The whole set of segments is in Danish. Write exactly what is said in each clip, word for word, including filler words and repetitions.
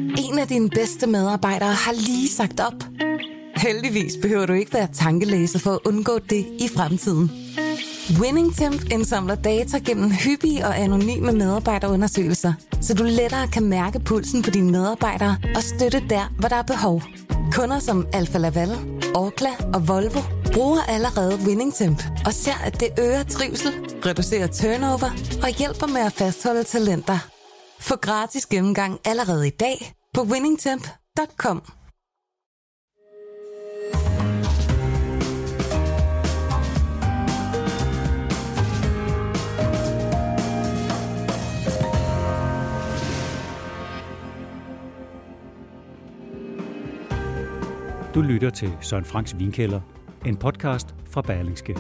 En af dine bedste medarbejdere har lige sagt op. Heldigvis behøver du ikke være tankelæser for at undgå det i fremtiden. WinningTemp indsamler data gennem hyppige og anonyme medarbejderundersøgelser, så du lettere kan mærke pulsen på dine medarbejdere og støtte der, hvor der er behov. Kunder som Alfa Laval, Orkla og Volvo bruger allerede WinningTemp og ser, at det øger trivsel, reducerer turnover og hjælper med at fastholde talenter. Få gratis gennemgang allerede i dag på winningtemp punktum com. Du lytter til Søren Franks Vinkælder, en podcast fra Berlingske.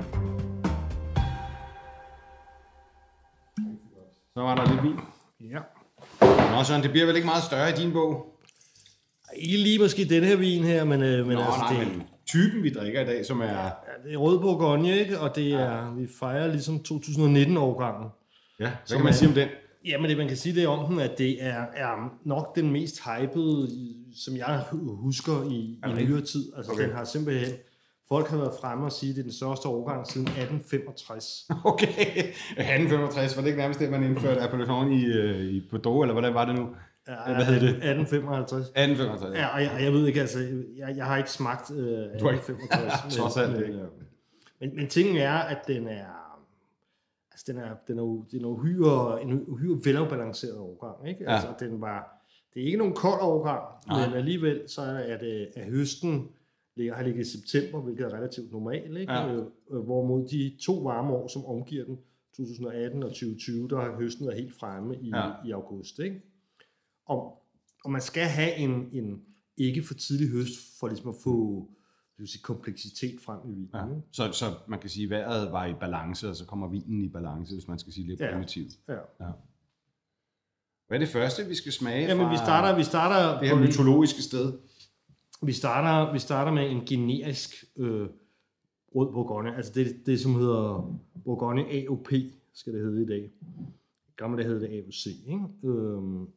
Så var der lidt vin. Ja. Nå Søren, det bliver vel ikke meget større i din bog? Ikke lige måske den her vin her, men, øh, men Nå, altså nej, det, men typen vi drikker i dag, som er... ja, det er rød Bourgogne, ikke? Og det er, ja. Vi fejrer ligesom to tusind nitten-årgangen. Ja, hvad kan man sige om den? Jamen det man kan sige det om den, at det er, er nok den mest hypede, som jeg husker i, i nyere tid. Altså okay. Den har simpelthen... Folk har været fremme og sige, at det er den største årgang siden atten femogtres. Okay, atten femogtres, var det ikke nærmest det, man indførte Appellation i, i Bordeaux, eller hvordan var det nu? Ja, hvad hed det? atten femoghalvtreds. atten femogtres. Ja, og jeg, og jeg ved ikke, altså, jeg, jeg har ikke smagt uh, atten femogtres. Trods alt men, ikke. Men, men tingen er, at den er, altså den er, den er, den er uhyre, en uhyre velafbalanceret årgang, ikke? Altså, ja. Den var, det er ikke nogen kold årgang, ja. Men alligevel så er det af høsten, har ligget i september, hvilket er relativt normalt, ikke? Ja. Øh, hvorimod de to varme år, som omgiver den, to tusind atten og tyve tyve, der har høsten været helt fremme i, ja. i august, ikke? Og, og man skal have en, en ikke for tidlig høst, for ligesom at få vil sige, kompleksitet frem i vinen. Ja. Så, så man kan sige, at vejret var i balance, og så kommer vinen i balance, hvis man skal sige lidt ja. primitivt. Ja. Ja. Hvad er det første, vi skal smage Jamen, fra vi starter, vi starter det her mytologiske sted? Vi starter, vi starter med en generisk øh, rød Bourgogne, altså det, det som hedder Bourgogne A O P, skal det hedde i dag. Gammel det hed det A O C, ikke? Øhm,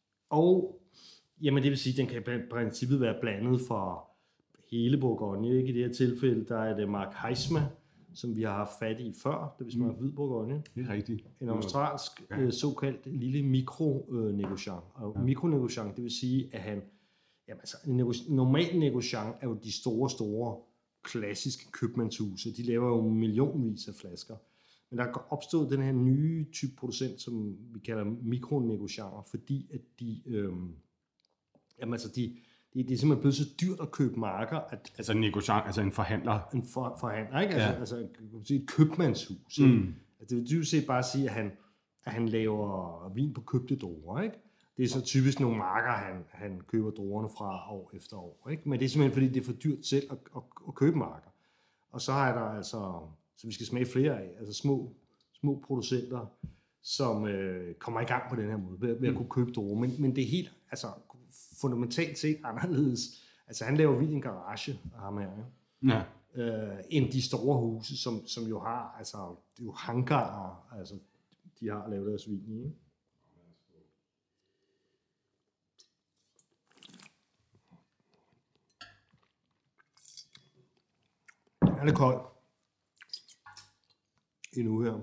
og jamen det vil sige, at den kan i princippet være blandet for hele Bourgogne, ikke? I det her tilfælde, der er det Mark Heisma, som vi har haft fat i før, det vil sige mm. hvid Bourgogne. Det er rigtigt. En australsk ja. øh, såkaldt lille mikro-negociant. Øh, og ja. Mikro-negociant, det vil sige, at han Jamen, altså, en normal negociant er jo de store, store, klassiske købmandshuse. De laver jo millionvis af flasker. Men der er opstået den her nye type producent, som vi kalder mikronegocianter, fordi at de, øhm, jamen, altså de, de, det er simpelthen blevet så dyrt at købe marker. At, altså en negociant, altså en forhandler. En for, forhandler, ikke? Altså, ja. altså et købmandshus. Mm. Altså, det vil dybest set bare sige, at han, at han laver vin på købte druer, ikke? Det er så typisk nogle marker, han, han køber druerne fra år efter år. Ikke? Men det er simpelthen, fordi det er for dyrt selv at, at, at købe marker. Og så er der altså, så vi skal smage flere af, altså små, små producenter, som øh, kommer i gang på den her måde, ved, ved at kunne købe druer. Men, men det er helt, altså fundamentalt set anderledes. Altså han laver vin i en garage, ham her, ja. øh, end de store huse, som, som jo har, altså det er jo hangarer, altså de har lavet deres vin i, ikke? Den er lidt kold endnu her.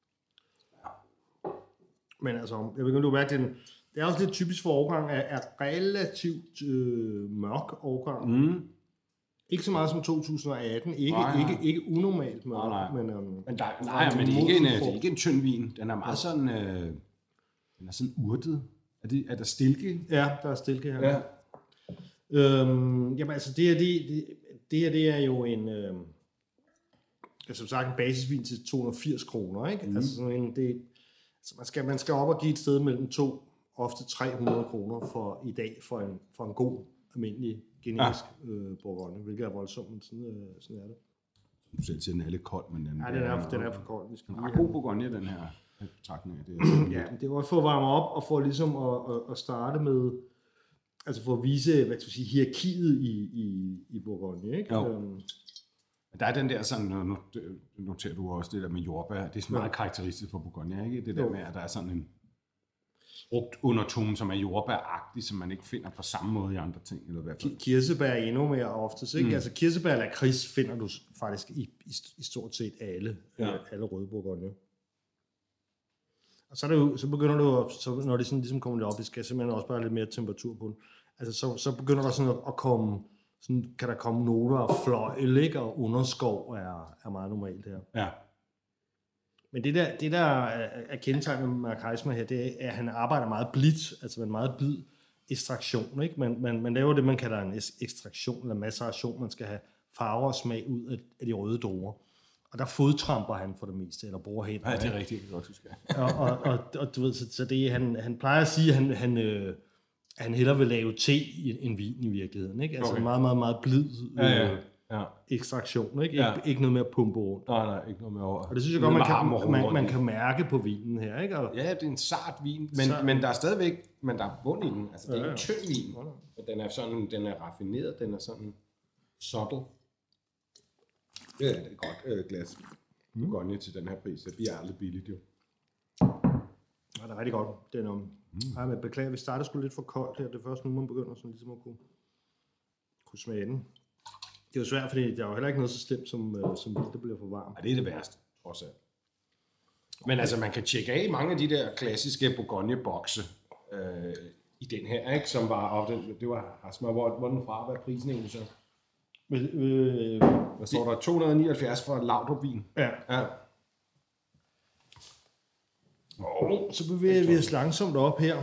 Men altså, jeg ved ikke, om du mærker den. Det er også lidt typisk for årgang, er, er relativt øh, mørk årgang. Mm. Ikke så meget som to tusind atten, ikke, nej, nej. ikke, ikke unormalt mørk. Nej, nej. Men, øhm, men, der, nej, men det er, ikke en, det er ikke en tynd vin. Den er meget sådan, øh, den er sådan urtet. Er, det, er der stilke? Ja, der er stilke her. Ja. Øhm, jamen altså, det her, det, det, det her, det er jo en... Øh, altså, som sagt en basisvin til to hundrede og firs kroner, ikke? Mm. Altså sådan en, det, altså man, skal, man skal op og give et sted mellem to, ofte tre hundrede kroner for i dag for en, for en god, almindelig generisk ja. øh, Bourgogne, hvilket er voldsomt, men sådan, øh, sådan er det. Du selv siger, den er lidt kold, men den, ja, den er, den er for kold. Vi skal den er god Bourgogne, den her betragtning. Det er ja, det er også for at varme op, og for ligesom at, at, at starte med, altså for at vise, hvad skal sige, hierarkiet i, i, i Bourgogne, ikke? Jo. Um, Der er den der sådan, nu noterer du også det der med jordbær, det er sådan meget ja. karakteristisk for Bourgogne, ikke? Det der jo. med, at der er sådan en, frugtundertone, som er jordbæragtig, som man ikke finder på samme måde i andre ting. Eller hvad Ki- kirsebær er endnu mere oftest, ikke? Mm. Altså kirsebær eller lakrids finder du faktisk i, i, i stort set alle, ja. øh, alle røde bourgogne. Og så, er det jo, så begynder du, så når det sådan ligesom kommer lidt op, det skal simpelthen også bare lidt mere temperatur på den. Altså så, så begynder der sådan at komme, sådan kan der komme noter af fløjl, ikke? Og underskov er, er meget normalt her. Ja. Men det der, det der er kendetegnet med Mark Heismer her, det er, at han arbejder meget blidt, altså med meget blid ekstraktion, ikke? Man, man, man laver det, man kalder en ekstraktion eller maceration, man skal have farver og smag ud af, af de røde druer. Og der fodtramper han for det meste, eller bruger hænder. Ja, det er rigtigt, det godt huske. og, og, og, og du ved, så, så det han, han plejer at sige, at han, han, øh, han hellere vil lave te end vin i virkeligheden, ikke? Altså okay. meget, meget, meget blid øh, ja, ja. Ja. ekstraktion, ikke? Ja. Ikke, ikke noget med at pumpe rundt. Nej, nej, ikke noget med over. Og det synes jeg godt, man kan, man, man kan mærke på vinen her, ikke? Og, ja, det er en sart vin, men, sart. men der er stadigvæk, men der er bund i den. Altså, det er ja, ja. en tynd vin. Og den er sådan, den er raffineret, den er sådan subtle. Ja, det er et godt øh, glas bourgogne mm. til den her pris. Det bliver aldrig billigt, jo. Ja, det er rigtig godt. Den om. Mm. Ej, men beklager, vi startede sgu lidt for koldt her. Det er først nu, man begynder sådan ligesom at kunne, kunne smage den. Det er jo svært, fordi der er jo heller ikke noget så slemt, som, øh, som vin, der bliver for varmt. Ja, det er det værste, trods alt. Men altså, man kan tjekke af mange af de der klassiske Bourgogne-bokse øh, i den her, ikke? Som var, og det, det var Heismer, hvor, hvor den fra, hvad prisen egentlig så? Men, øh, Hvad står der? to hundrede og nioghalvfjerds for Laudrup-vin. Ja. Ja. Og så bevæger vi os langsomt op her.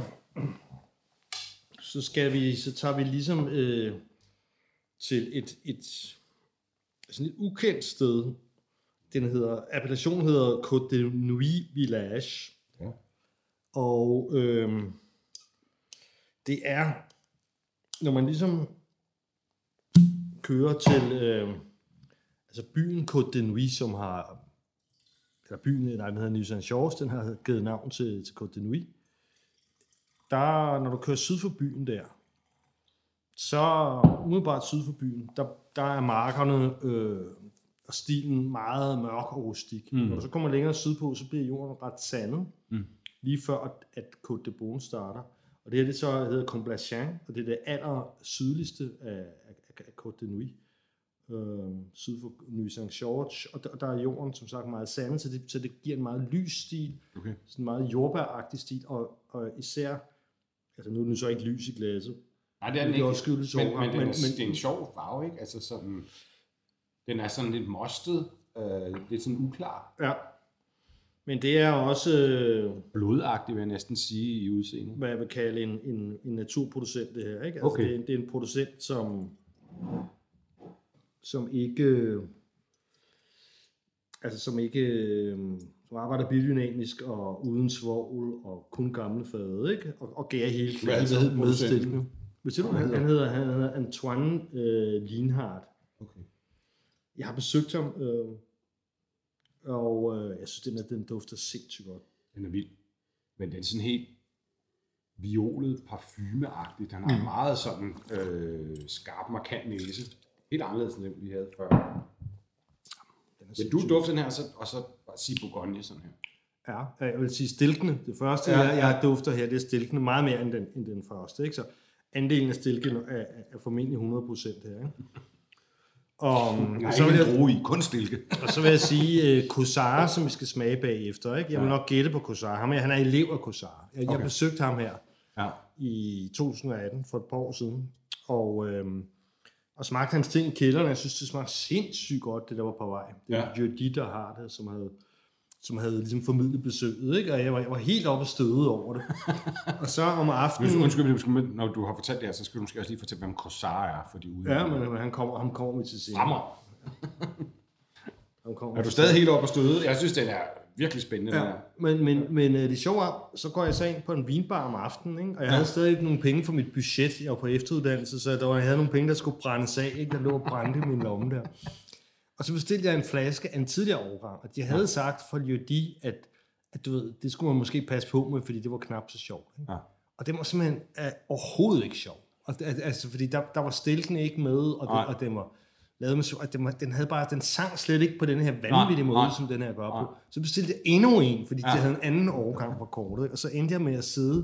Så skal vi, så tager vi ligesom øh, til et, et sådan et ukendt sted. Den hedder, appellationen hedder Côte de Nuits Village. Ja. Og øh, det er, når man ligesom kører til øh, altså byen Côte de Nuits, som har, eller byen, nej, den hedder Nuits-en-Chance, den har givet navn til, til Côte de Nuits. Der, når du kører syd for byen der, så umiddelbart syd for byen, der, der er markerne øh, og stilen meget mørk og rustik. Mm. Når du så kommer længere sydpå, så bliver jorden ret sandet, mm. lige før at, at Côte de Beaune starter. Og det her, det så hedder Comblachant, og det er det aller sydligste af, af, af Côte de Nuits, øh, syd for Nuits-en-Chance, og der, og der er jorden som sagt meget sandet, så det, så det giver en meget lys stil, okay. Sådan en meget jordbæragtig stil, og, og især, altså nu er den så ikke lys i glasset. Nej, det er den ikke, men, men, men, men det er en sjov farve, ikke? Altså sådan, den er sådan lidt mostet, øh, lidt sådan uklar. Ja. Men det er også øh, blodagtigt, vil jeg næsten sige, i udseendet. Hvad jeg vil kalde en, en, en naturproducent, det her, ikke? Altså, okay. det, er, det er en producent, som, som ikke, øh, altså som ikke, øh, som arbejder biodynamisk og uden svovl og kun gamle fade, ikke? Og, og gærer hele klimaet med stilken. Hvad siger du? Han, han, hedder, han hedder Antoine øh, Lienhardt. Okay. Jeg har besøgt ham, øh, og øh, jeg synes, den, er, den dufter sindssygt godt. Den er vild. Men den er sådan helt violet, parfumeagtig. Den har mm. meget sådan øh, skarp, markant næse. Helt anderledes end den, vi havde før. Vil du dufte den her, så, og så bare sige Bourgogne sådan her? Ja, jeg vil sige stilkene. Det første, ja, jeg, jeg dufter her, det er stilkene. Meget mere end den, end den første. Ikke? Så andelen af stilken er, er formentlig hundrede procent her. Ikke? Og, Nej, og så vil jeg bruge i kun stilke. Og så vil jeg sige uh, Cossard, som vi skal smage bagefter. Ikke? Jeg vil ja. nok gætte på Cossard. Han er, han er elev af Cossard. Jeg, okay. jeg besøgte ham her ja. i to tusind og atten, for et par år siden. Og, øhm, og smagte hans ting i kælderen. Jeg synes, det smagte sindssygt godt, det der var på vej. Det var ja. Jody, der har det, som havde, som havde ligesom formidlet besøget. Ikke? Og jeg var, jeg var helt oppe og støde over det. Og så om aftenen... Undskyld, når du har fortalt det her, så skal du måske også lige fortælle, hvem Cossard er for de ude. Ja, men han kommer, han kommer med til scenen. Fremmer. Er du stadig helt oppe og støde? Jeg synes, den er virkelig spændende. Ja, men, men, men det sjove er, så går jeg så ind på en vinbar om aftenen, ikke? Og jeg ja. havde stadig ikke nogle penge for mit budget. Jeg var på efteruddannelse, så der var, jeg havde nogle penge, der skulle brændes af. Ikke? Der lå og brændte i min lomme der. Og så bestilte jeg en flaske af en tidligere årgang, og de havde ja. sagt for Jody, at, at du ved, det skulle man måske passe på med, fordi det var knap så sjovt. Ikke? Ja. Og det var simpelthen uh, overhovedet ikke sjovt. Og, altså, fordi der, der var stilken ikke med, og, det, og den var lavet med, og den, var, den havde bare, den sang slet ikke på den her vanvittige måde, som den her gør på. Så bestilte jeg endnu en, fordi ja. de havde en anden årgang på kortet, ikke? Og så endte jeg med at sidde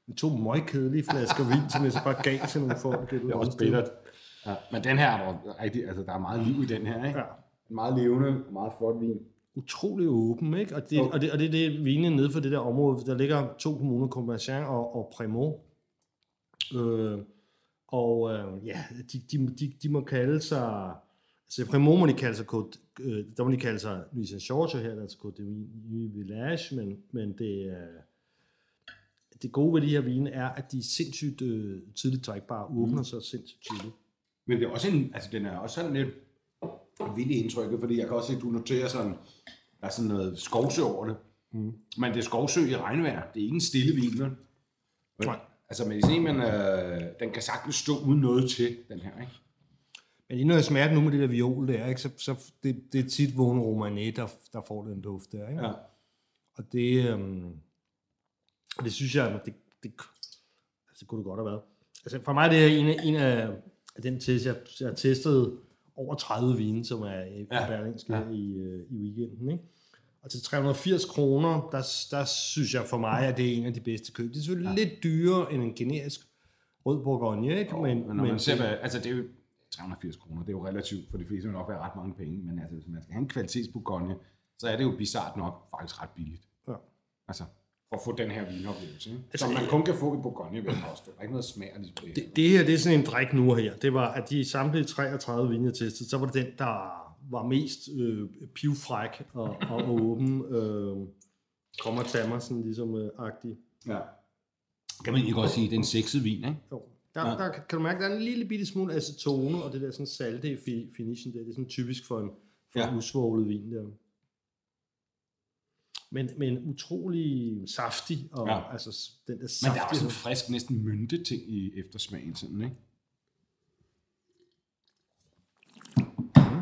med to meget kedelige flasker vin, som jeg så bare gav til nogle folk. Det er også bittert. Ja, men den her er der rigtig, altså der er meget liv i den her, ikke? Ja. Meget levende, meget flot vin. Utrolig åben, ikke? Og det, og det, og det, det er vinen nede for det der område. Der ligger to kommuner, Commerçant og, og Prémaux. Øh, og øh, ja, de, de, de, de må kalde sig... Altså Prémaux må de kalde sig... Øh, der må de kalde sig Nuits Georges her, altså Côte de Nuits Village, men, men det er... Det gode ved de her vine er, at de er sindssygt øh, tidligt drikkbare, åbner sig sindssygt tidligt. Men det er også en, altså den er også sådan lidt vildt indtrykket, fordi jeg kan også se, at du noterer sådan, der er sådan noget skovsø over det. Mm. Men det er skovsø i regnvejr. Det er ikke en stille vin, vel? Nej. Altså medicin, men øh, den kan sagtens stå uden noget til, den her, ikke? Men lige når jeg smager nu med det der viol der, ikke, så, så det, det er tit Vosne Romanée, der, der får den duft der, ikke? Ja. Og det, øhm, det synes jeg, det, det, altså, det kunne det godt have været. Altså for mig det er en af, en af den test, jeg, jeg har testet over tredive vine, som er i ja. Berlingske ja. i, i weekenden, ikke? Og til tre hundrede og firs kroner, der, der synes jeg for mig, at det er en af de bedste køb. Det er selvfølgelig ja. lidt dyrere end en generisk rød bourgogne, ikke? Jo, men, men når men, man ser, hvad, altså det er jo tre hundrede og firs kroner, det er jo relativt, for de fleste vil nok være ret mange penge, men altså hvis man skal have en kvalitetsbourgogne, så er det jo bizarrt nok faktisk ret billigt. Ja. Altså, for at få den her vinoplevelse, ikke? Altså, som man kun kan få i Bourgogne, vil jeg påstå. Der er ikke noget smag af det. Det, det her, det er sådan en drik nu her. Det var, at de samtlige treogtredive vine, jeg testede, så var det den, der var mest øh, pivfræk og, og åben. Øh, kommer til mig, sådan ligesom øh, agtig. Ja. Kan man egentlig godt sige, at det er en sexet vin, ikke? Jo. Der, ja. der kan du mærke, der er en lille bitte smule acetone, og det der sådan salte i finishen der, det er sådan typisk for en, for ja. en usvoglet vin der. Men, men utrolig saftig, og ja. altså den der saftige... Men der er også en frisk, næsten mynte ting i eftersmagen, sådan, ikke? Mm.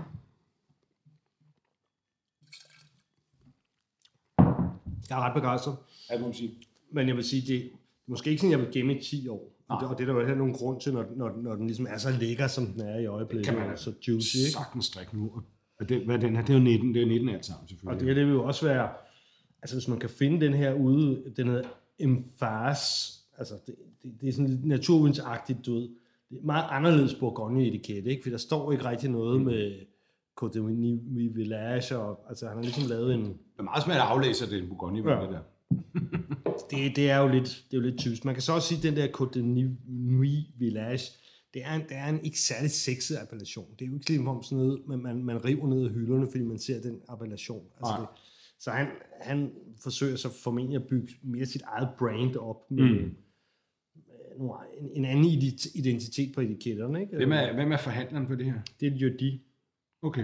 Jeg er ret begejstret. Ja, det må man sige. Men jeg vil sige, det er måske ikke sådan, jeg vil gemme i ti år. Og det, og det er der jo heller nogen grund til, når, når, når den ligesom er så lækker, som den er i øjeblikket. Kan man så juicy, ikke? Sagtens drikke nu. Og det, hvad den her, det er jo nitten, det er nitten alt sammen, selvfølgelig. Og det her, det vil jo også være... Altså, hvis man kan finde den her ude, den hedder Emphase, altså, det, det, det er sådan lidt naturvindsagtigt, du ved. Det er meget anderledes Bourgogne-etikette, ikke? For der står ikke rigtig noget mm. med Côte de Nuits Village, og altså, han har ligesom lavet en... Det er meget svært at aflæse, det er en Bourgogne, ja. det der. det, det er jo lidt, det er jo lidt tysk. Man kan så også sige, at den der Côte de Nuits Village, det er en, det er en ikke særlig sexet appellation. Det er jo ikke lige om sådan noget, man, man, man river ned af hylderne, fordi man ser den appellation. Altså det, så han, han forsøger så formentlig at bygge mere sit eget brand op med mm. en, en anden identitet på etiketterne. Ikke? Hvem er, hvem er forhandleren på det her? Det er Jody. Okay.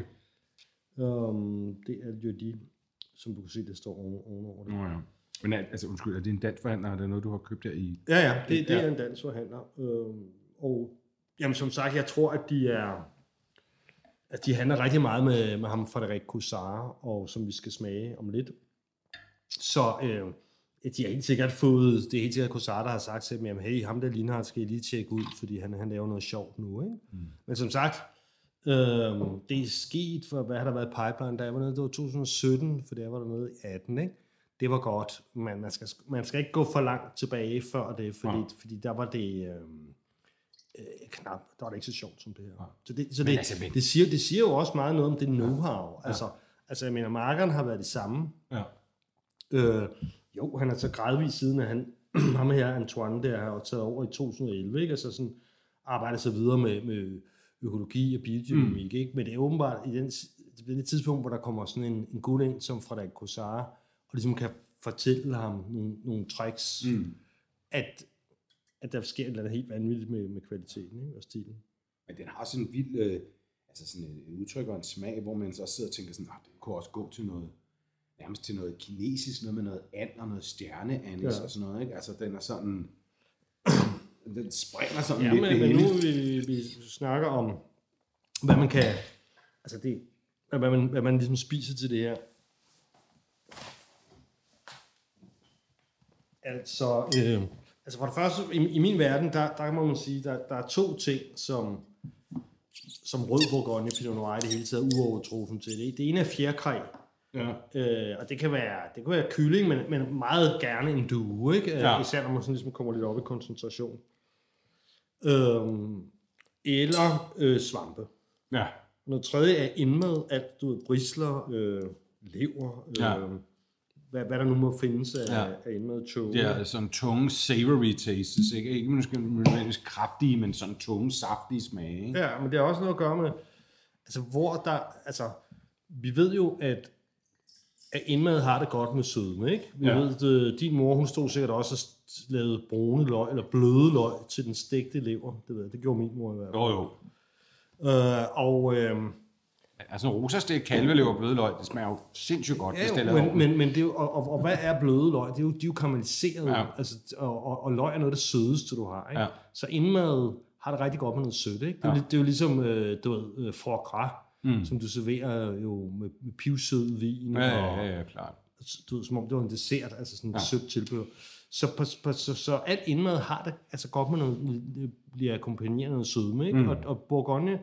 Um, det er Jody, som du kan se, der står ovenover det. Oh, ja. Men altså, undskyld, er det en dansk forhandler, eller er det noget, du har købt der i? Ja, ja, det, det er en dansk forhandler. Um, og jamen, som sagt, jeg tror, at de er... at de handler rigtig meget med, med ham, Frédéric Coussard, og som vi skal smage om lidt. Så øh, de har helt sikkert fået, det er helt sikkert Coussard, der har sagt til dem, jamen hey, ham der Linhardt skal I lige tjekke ud, fordi han, han laver noget sjovt nu, ikke? Mm. Men som sagt, øh, det er sket for, hvad har der været i pipeline, da jeg var nede, det var to tusind og sytten, for der var der noget i atten, ikke? Det var godt, men man skal, man skal ikke gå for langt tilbage før det, fordi, ja. fordi der var det... Øh, Øh, knap, der var det ikke så sjovt som det her. Ja. Så, det, så det, altså, men... det, siger, det siger jo også meget noget om det know-how. Ja. Altså, altså, jeg mener, markeren har været det samme. Ja. Øh, jo, han er så gradvist siden, at han, ham her, Antoine, der har taget over i to tusind og elleve, ikke? Altså sådan, arbejder så videre med, med økologi og biodynamik, mm. ikke? Men det er åbenbart i den, det, det tidspunkt, hvor der kommer sådan en, en god ind, som Frédéric Coussard, og ligesom kan fortælle ham nogle, nogle tricks, mm. at at der sker et eller andet helt vanvittigt med, med kvaliteten, ikke? Og stilen. Men den har også en vild, øh, altså sådan et udtryk og en smag, hvor man så sidder og tænker sådan, at det kunne også gå til noget, nærmest til noget kinesisk, noget med noget and og noget stjerneanis ja. og sådan noget, ikke? Altså den er sådan, den springer sådan ja, lidt men, men nu vi, vi snakker om, hvad man kan, altså det, hvad man, hvad man ligesom spiser til det her. Altså, øh, Altså for det første, i, i min verden, der, der må man sige, der, der er to ting, som, som rød bourgogne, Pinot Noir i det hele taget, uovertruffen til det. Det ene er fjerkræ, Ja. Øh, og det kan være, det kan være kylling, men, men meget gerne en due, ikke? Ja. Især når man sådan ligesom kommer lidt op i koncentration. Øhm, eller øh, svampe. Ja. Noget tredje er indmad, alt du ved, brisler, øh, lever, øh, Ja. hvad, hvad der nu må findes af, Ja. af indmad, tog. Det er sådan tunge savory tastes, ikke? Ikke måske nødvendigvis kraftige, men sådan tunge, saftige smage, ikke? Ja, men det har også noget at gøre med, altså hvor der, altså, vi ved jo, at, at indmad har det godt med sødme, ikke? Vi Ja. ved, at din mor, hun stod sikkert også og lavede brune løg, eller bløde løg til den stegte lever, det ved jeg, det gjorde min mor i hvert fald. Jo, jo. Øh, og, øh, Altså en rosastegt kalvelever bløde løg, det smager jo sindssygt godt, hvis det er ja, lavet men, men, men det er jo, og, og, og hvad er bløde løg? Det er jo, de er jo karamelliseret, Ja. altså, og, og, og løg er noget af det sødeste, du har, ikke? Ja. Så indmad har det rigtig godt med noget sødt, ikke? Det er, Ja. jo, det er jo ligesom, øh, du ved, øh, foie gras, Mm. som du serverer jo med, med pivsød vin, Ja, ja, og ja, ja, klart. du ved, som om det var en dessert, altså sådan et Ja. sødt tilbehør. Så, på, på, så, så alt indmad har det altså godt med noget, det bliver akkompagneret noget sødme, ikke? Mm. Og, og Bourgogne,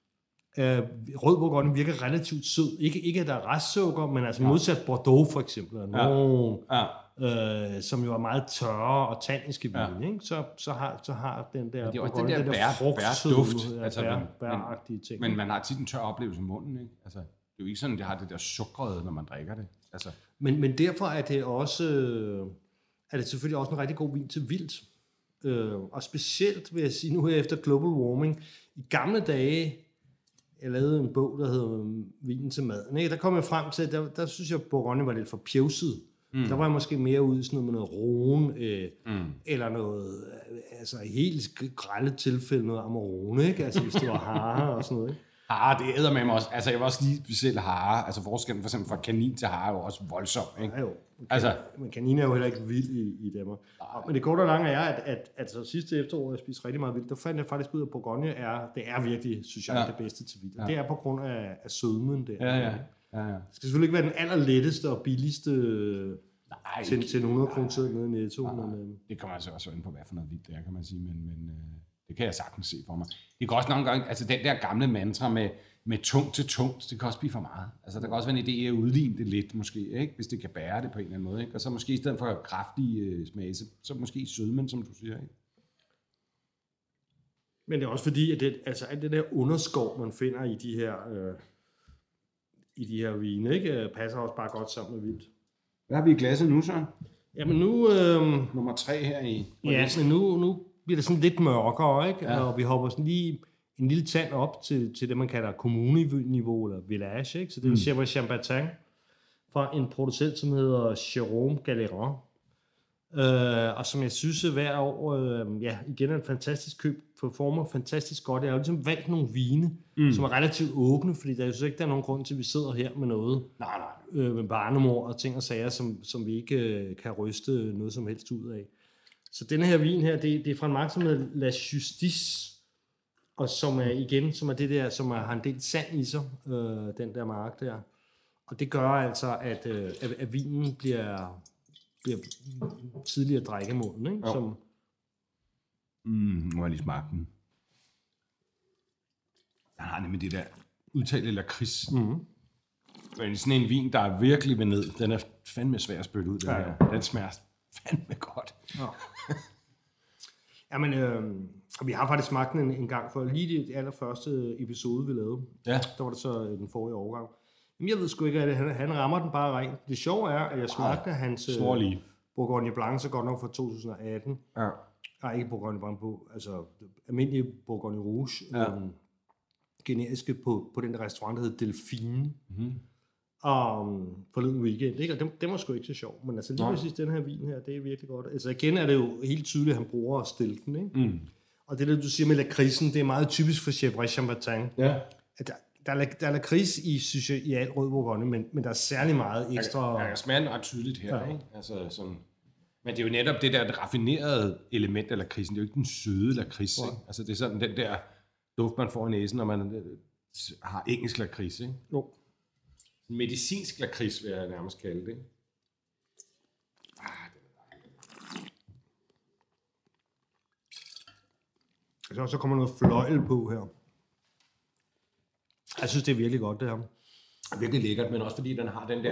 øh, rød Bourgogne virker relativt sød. Ikke, ikke at der er restsukker, men altså Ja. modsat Bordeaux for eksempel, eller Ja. nogen, Ja. øh, som jo er meget tørre og tanniske vin, Ja. ikke? Så, så, har, så har den der Men det er også Bourgogne, den der bær- frugtsødme, bærduft, ja, altså, bær, men- bæragtige ting. Men man har tit en tør oplevelse i munden, ikke? Altså, det er jo ikke sådan, at det har det der sukrede, når man drikker det. Altså, Men, men derfor er det også øh, er det selvfølgelig også en rigtig god vin til vildt. Øh, og specielt vil jeg sige nu her efter global warming. I gamle dage, jeg lavede en bog, der hedder Vinen til maden. Ikke? Der kom jeg frem til, der, der synes jeg, at Bourgogne var lidt for pjevset. Mm. Der var jeg måske mere ude i sådan noget med noget Rhone, øh, mm. eller noget, øh, altså i helt grælde tilfælde, noget Amarone, ikke? Altså hvis det var hare og sådan noget, ikke? hare, det æder med mig også. Altså, jeg vil også lige specielt hare. Altså, forskellen for eksempel fra kanin til hare er jo også voldsom, ikke? Ja, jo. Altså- Men kanin er jo heller ikke vild i, i Danmark. Men det korte og lange er, at, at, at så sidste efterår, jeg spiste rigtig meget vildt, der fandt jeg faktisk ud af, at Bourgogne er, det er virkelig, synes jeg, Ja. det bedste til vildt. Og det er på grund af, af sødmen der. Ja, ja. ja, ja. Det skal selvfølgelig ikke være den allerletteste og billigste Nej, til, til en hundrede kroner seddel nede i Netto. Men, øh, det kommer altså også ind på, hvad for noget vildt det er, kan man sige, men, men øh, det kan jeg sagtens se for mig. Det kan også nogle gange, altså den der gamle mantra med, med tungt til tungt, det kan også blive for meget. Altså der kan også være en idé at udligne det lidt, måske, ikke? Hvis det kan bære det på en eller anden måde, ikke? Og så måske i stedet for kraftige øh, smage, så, så måske sødmen, som du siger, ikke? men det er også fordi, at det, altså alt det der underskov, man finder i de her, øh, i de her vine, ikke, øh, passer også bare godt sammen med vildt. Hvad har vi i glasset nu, så? Jamen nu... Øh, Nummer tre her i. Ja, men nu, nu bliver det sådan lidt mørkere, ikke? Ja. Ja. Og vi hopper sådan lige en lille tand op til, til det, man kalder kommuneniveau, eller village, ikke? Så det er en Chèvre Chambertin fra en producent, som hedder Jérôme Galleran. Øh, og som jeg synes hver år, øh, ja, igen er en fantastisk køb, performer fantastisk godt. Jeg har jo ligesom valgt nogle vine, mm. som er relativt åbne, fordi der er jo så ikke der er nogen grund til, at vi sidder her med noget, Nej, nej. øh, med barnemor og ting og sager, som, som vi ikke øh, kan ryste noget som helst ud af. Så denne her vin her, det, det er fra en mark, som hedder La Justice, og som er igen, som er det der, som er, har en del sand i sig, øh, den der mark der. Og det gør altså, at, øh, at, at vinen bliver, bliver tidligere drikkemoden, ikke? Jo. Som, Mm, nu har jeg lige smagt den. Den har nemlig det der udtale lakrids. mm-hmm. Men sådan en vin, der er virkelig ved ned, den er fandme svær at spytte ud, den Ja, her. Den smager fandme godt. Ja. Jamen, øh, vi har faktisk smagt den en, en gang før, lige det allerførste episode, vi lavede. Ja. Der var det så den forrige årgang. Jamen, jeg ved sgu ikke, at han, han rammer den bare rent. Det sjove er, at jeg smagte hans øh, Smålige. Bourgogne Blanc, så godt nok fra to tusind og atten. Ja. Nej, ikke Bourgogne Blanc på, altså almindelig Bourgogne Rouge. Ja. Øhm, generiske på, på den der restaurant, der hedder Delphine. Mm-hmm. Og um, forleden weekend, ikke? Og den, den var sgu ikke så sjov. Men altså lige Nej. præcis den her vin her, det er virkelig godt. Altså igen er det jo helt tydeligt, at han bruger stilken, ikke? Mm. Og det der, du siger med lakridsen, det er meget typisk for Chèvre Chambertin. Ja. At der, der, er, der er lakrids i, synes jeg, i alt rød Bourgogne, men, men der er særlig meget ekstra... Jeg, jeg kan smage den ret tydeligt her, Ja. ikke? Altså sådan... Men det er jo netop det der raffinerede element af lakridsen. Det er jo ikke den søde lakrids, Ja. ikke? Altså det er sådan den der duft, man får i næsen, når man øh, har engelsk lakrids, ikke? Jo. Medicinsk lakrids, vil jeg nærmest kalde det, ikke? Ah, det er dejligt. Så, så kommer noget fløjl på her. Jeg synes, det er virkelig godt, det her. virkelig lækkert, men også fordi den har den der,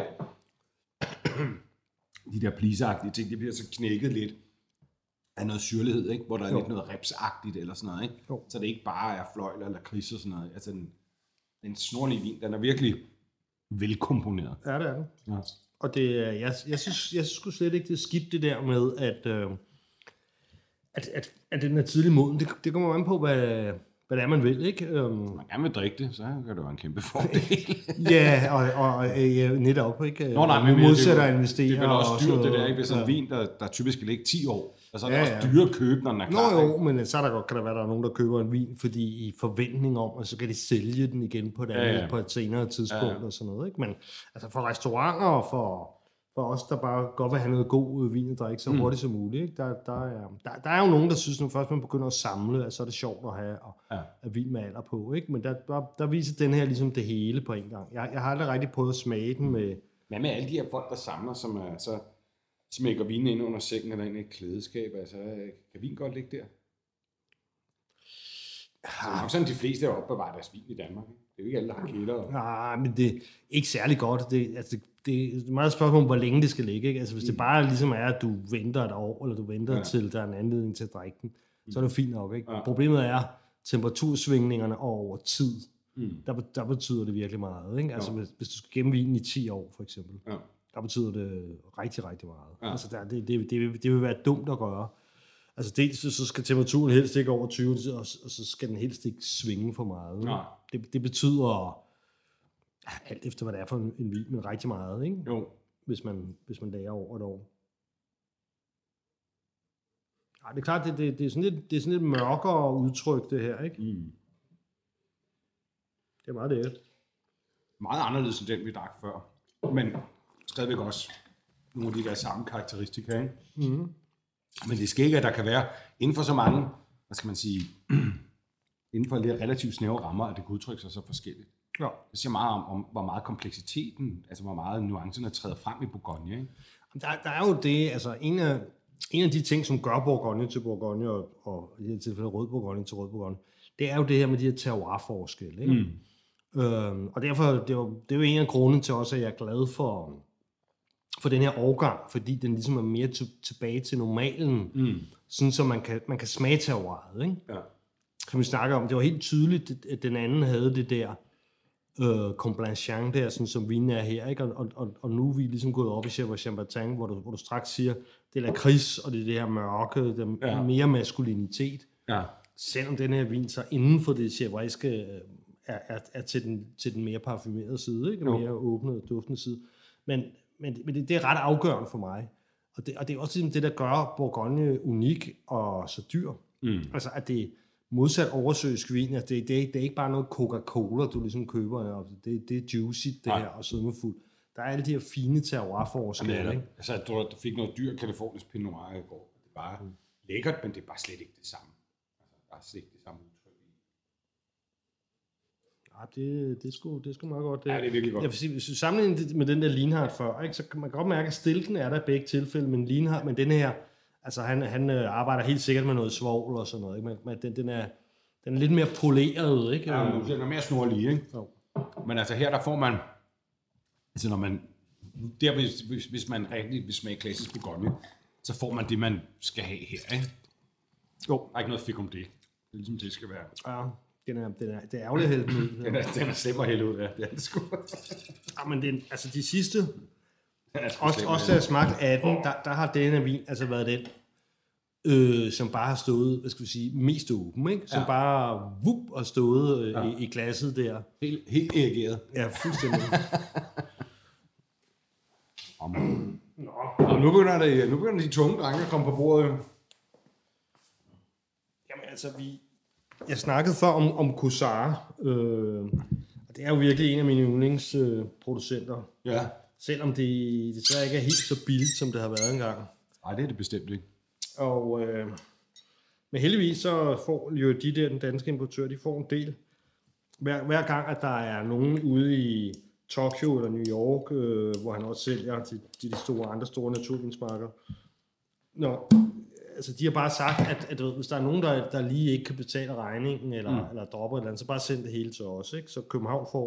de der pleaseagtige ting, det bliver så knækket lidt af noget syrlighed, ikke? Hvor der er jo. lidt noget ripsagtigt eller sådan noget, ikke? Jo. Så det ikke bare er fløjl eller kris og sådan noget. Altså en, en snorlig vin, den er virkelig velkomponeret. Ja, det er den. Ja. Og det, jeg, jeg synes, jeg synes slet ikke, det er skidt det der med, at, øh, at, at, at den er tidlig moden. Det, det kommer an på, hvad, hvad det er, man vil, ikke? Um, man gerne vil drikke det, så kan det være en kæmpe fordel. ja, og, og ja, netop, ikke? Nå, nej, men modsætter at investere. Det er vel også dyrt, det der, ikke? Hvis en ja. vin, der, der typisk skal ligge ti år, og så er det ja, også dyre at købe, når den er klar. Nå jo, ikke? Men så er der godt, kan der være, der er nogen, der køber en vin, fordi i forventning om, og så kan de sælge den igen på et, andet, ja, ja. på et senere tidspunkt ja, ja. og sådan noget, ikke? Men altså for restauranter og for... For os, der bare godt vil have noget god vin og drikke så mm. hurtigt som muligt. Ikke? Der, der, er, der, der er jo nogen, der synes, når først man begynder at samle, at så er det sjovt at have og, ja. at vin med alder på. Ikke? Men der, der, der viser den her ligesom det hele på en gang. Jeg, jeg har aldrig rigtig prøvet at smage den med... Hvad med alle de her folk, der samler, som er, så smækker vinen ind under sengen eller ind i et klædeskab? Altså, kan vin godt ligge der? Ja. Det er jo sådan, de fleste har opbevaret deres vin i Danmark. Ikke? Det er jo ikke alle, der har kælder. Nej, men det er ikke særlig godt. Det, altså, det er meget spørgsmål om, hvor længe det skal ligge. Ikke? Altså, hvis mm. det bare ligesom er, at du venter et år, eller du venter ja. til, der er en anledning til at drikke den, mm. så er det fint nok. Ikke? Ja. Problemet er temperatursvingningerne over tid. Mm. Der, der betyder det virkelig meget. Ikke? Altså, ja. hvis, hvis du skal gemme vinen i ti år, for eksempel, ja. der betyder det rigtig, rigtig meget. Ja. Altså, der, det, det, det, det vil være dumt at gøre. Altså dels så skal temperaturen helst ikke over tyve, og så skal den helst ikke svinge for meget. Ja. Det, det betyder, alt efter hvad det er for en, en vin, men rigtig meget, ikke? Jo. Hvis man, hvis man lærer over et år. Ja, det er klart, det, det, det, er sådan lidt, det er sådan lidt mørkere udtryk, det her, ikke? Mm. Det er meget lækkert. Meget anderledes end den, vi drak før. Men stadigvæk også nogle af de der samme karakteristika, ikke? Mm. Men det skal ikke, at der kan være inden for så mange, hvad skal man sige, inden for lidt relativt snævre rammer, at det kan udtrykke sig så forskelligt. Ja. Det siger meget om, om, hvor meget kompleksiteten, altså hvor meget nuancerne træder frem i Bourgogne, ikke? Der, der er jo det, altså en af, en af de ting, som gør Bourgogne til Bourgogne, og, og i det tilfælde Rød Bourgogne til Rød Bourgogne, det er jo det her med de her terroir-forskelle, ikke? Mm. Øhm, og derfor, det er, jo, det er jo en af grunden til også, at jeg er glad for, for den her årgang, fordi den ligesom er mere t- tilbage til normalen, mm. sådan så man kan, man kan smage terroiret, ikke? Ja. Som vi snakker om, det var helt tydeligt, at den anden havde det der øh, Complanchant der, sådan som vinen er her, ikke? Og, og, og nu er vi ligesom gået op i Chambertin, hvor du, hvor du straks siger, det er lakrids, og det er det her mørke, det er ja. mere maskulinitet. Ja. Selvom den her vin så inden for det chevreske er, er, er til, den, til den mere parfumerede side, ikke? Den mere åbne, duftende side. Men, men, men det, det er ret afgørende for mig. Og det, og det er også det, der gør Bourgogne unik og så dyr. Mm. Altså, at det modsat oversøisk vin, altså det, det, det er ikke bare noget Coca-Cola, du ligesom køber. Det, det er juicy, det ja. her, og sødmefuldt. Der er alle de her fine terroir-forskelle. Ja, altså, du fik noget dyr kalifornisk Pinot Noir i går. Det er bare mm. lækkert, men det er bare slet ikke det samme. Altså, der er slet ikke det samme udtryk i. Ja, det, det, er sgu, det er sgu meget godt. Det. Ja, det er virkelig godt. Jeg vil sige, hvis du sammenligner det med den der Lienhardt før, ikke, så kan man godt mærke, at stilken er der i begge tilfælde, men Lienhardt, men den her, altså han, han arbejder helt sikkert med noget svovl og sådan noget, ikke? Men, men den, den, er, den er lidt mere poleret, ikke? Ja, men den er mere snorlig, ikke? Jo. Men altså her, der får man, altså når man, der hvis, hvis, hvis man rigtig vil smage klassisk Bourgogne, så får man det, man skal have her, ikke? Jo. Der er ikke noget fik om det. Det er ligesom det skal være. Ja, den er, den er, det er ærgerligt at hælde den ud. den er, den er slem at hælde ud, ja. Det er det sgu. Ja, men den, altså de sidste, også, også da jeg smagte atten, der, der har denne vin altså været den, øh, som bare har stået, hvad skal vi sige, mest åben, ikke? Som ja. bare vup og stået øh, ja. i, i glasset der. Helt, helt erigeret. Ja, fuldstændig. Nå. Og nu begynder, det, nu begynder de tunge drenge at komme på bordet. Jamen altså, vi, jeg snakkede før om, om Cursar, øh, og det er jo virkelig en af mine yndlingsproducenter. Øh, ja. Selvom det desværre ikke er helt så billigt, som det har været engang. Nej, det er det bestemt ikke. Og øh, men heldigvis så får jo de der, den danske importør, de får en del. Hver, hver gang, at der er nogen ude i Tokyo eller New York, øh, hvor han også sælger til de, de store, andre store naturvinsmarker. Nå, altså de har bare sagt, at, at hvis der er nogen, der, der lige ikke kan betale regningen, eller, mm. eller dropper et eller andet, så bare send det hele til os. Ikke? Så København får,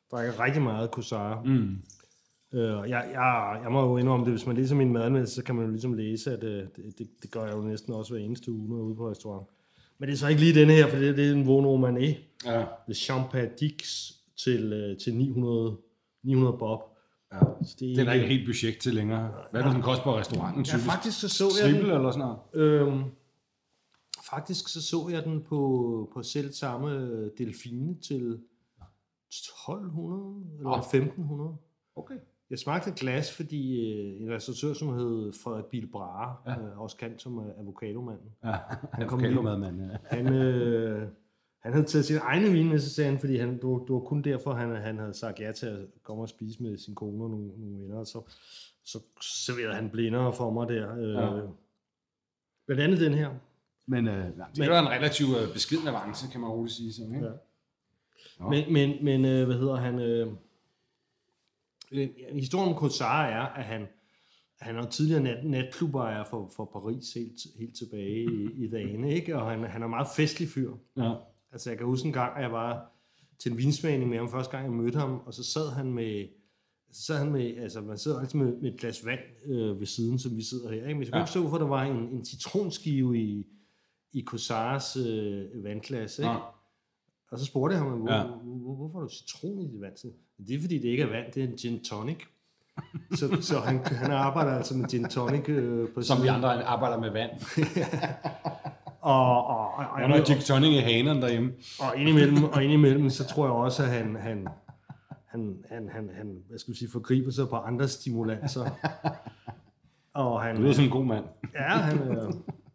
drikker rigtig meget Kosara. Mm. Øh, jeg, jeg, jeg må jo indrømme det, hvis man læser min madanmeldelse, så kan man jo ligesom læse, at øh, det, det, det gør jeg jo næsten også hver eneste uge, når jeg er ude på restaurant. Men det er så ikke lige denne her, for det, det er en Vosne Romanée. Ja. Le Champagne til, øh, til ni hundrede, ni hundrede bob. Ja. Det er der ikke helt budget til længere. Hvad er det, den koster på restauranten? Ja, faktisk så så jeg Triple den, eller sådan noget? Øhm, faktisk så så jeg den på, på selv samme Delfine til tolv hundrede eller Oh. femten hundrede. Okay. Jeg smagte et glas, fordi øh, en restauratør, som hed Frederik Bilbrahe, ja. øh, også kendt som øh, avocadomanden. Ja, han kom avocadomadmand, ja. Han, øh, han havde taget sin egne vin med, så sagde han, fordi han, det, var, det var kun derfor, han, han havde sagt ja til at komme og spise med sin kone og nogle, nogle venner. Så, så serverede han blindere for mig der. Øh, ja. Blandt andet den her. Men øh, det var en relativt øh, beskeden avance, kan man roligt sige. Sådan, ikke? Ja. Men, men, men øh, hvad hedder han... Øh, øh, historien om Kosara er, at han, han er tidligere nat, natklubbejer for, for Paris helt, helt tilbage i, i dagene, ikke? Og han, han er meget festlig fyr. Ja. Altså jeg kan huske en gang, at jeg var til en vinsmagning med ham, første gang jeg mødte ham, og så sad han med... Så sad han med, altså man sidder altid med, med et glas vand øh, ved siden, som vi sidder her. Ikke? Men jeg kunne ja. ikke se, hvorfor der var en, en citronskive i, i Kosaras øh, vandglas. Ikke? Ja. Og så spurgte jeg ham, hvor, ja. hvor, hvor, hvorfor har du citron i det vand? Så, det er fordi, det ikke er vand, det er en gin tonic. så så han, han arbejder altså med gin tonic. Øh, på som vi andre arbejder med vand. og, og, og, og, han har gin tonic i hanerne derhjemme. Og indimellem, og indimellem, så tror jeg også, at han... han Han, han, han, han, hvad skal vi sige, forgriber sig på andre stimulanser. Og han, du er sådan en god mand. Ja, han... Øh,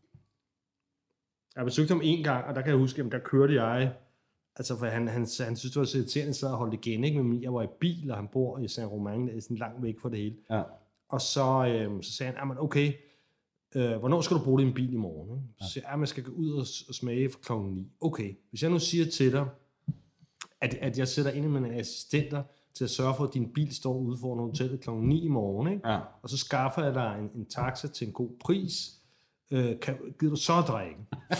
jeg besøgte ham en gang, og der kan jeg huske, at der kørte jeg... Altså, for han, han, han synes, det var så irriterende, så jeg holdt igen, ikke? Men jeg var i bil, og han bor i Saint-Romain, sådan langt væk fra det hele. Ja. Og så, øh, så sagde han, okay, øh, hvornår skal du bruge din bil i morgen? Ikke? Så siger jeg, man skal gå ud og, og smage for klokken ni. Okay, hvis jeg nu siger til dig, At, at jeg sætter ind med mine assistenter til at sørge for, at din bil står ude foran hotellet klokken ni i morgen, ikke? Ja. Og så skaffer jeg dig en, en taxa til en god pris. Øh, kan, gider du så drikke?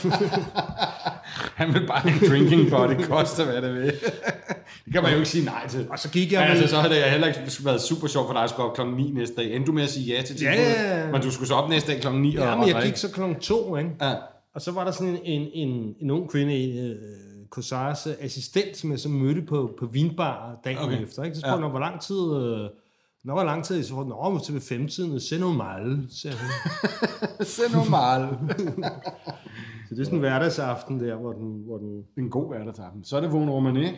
Han vil bare en drinking body, koster hvad det vil. Det kan man jo ikke sige nej til. Og så gik jeg... Ja, altså, så havde det heller ikke været super sjovt for dig at skulle op klokken ni næste dag. Endte du med at sige ja til tilbuddet? Ja, ja. Men du skulle så op næste dag klokken ni og ja, men jeg gik så klokken to, ikke? Ja. Og så var der sådan en, en, en, en ung kvinde, øh, Kosaras assistent, som jeg så mødte på, på vinbar dagen okay. efter. Ikke? Så spurgte ja. hun, hvor lang tid... Øh, Nå, hvor lang tid? Så var den over til ved femtiden. Se noget mal, sagde hun. Se noget mal. Så det er sådan en hverdagsaften der, hvor den... Hvor den... En god hverdagsaften. Så er det Vosne Romanée.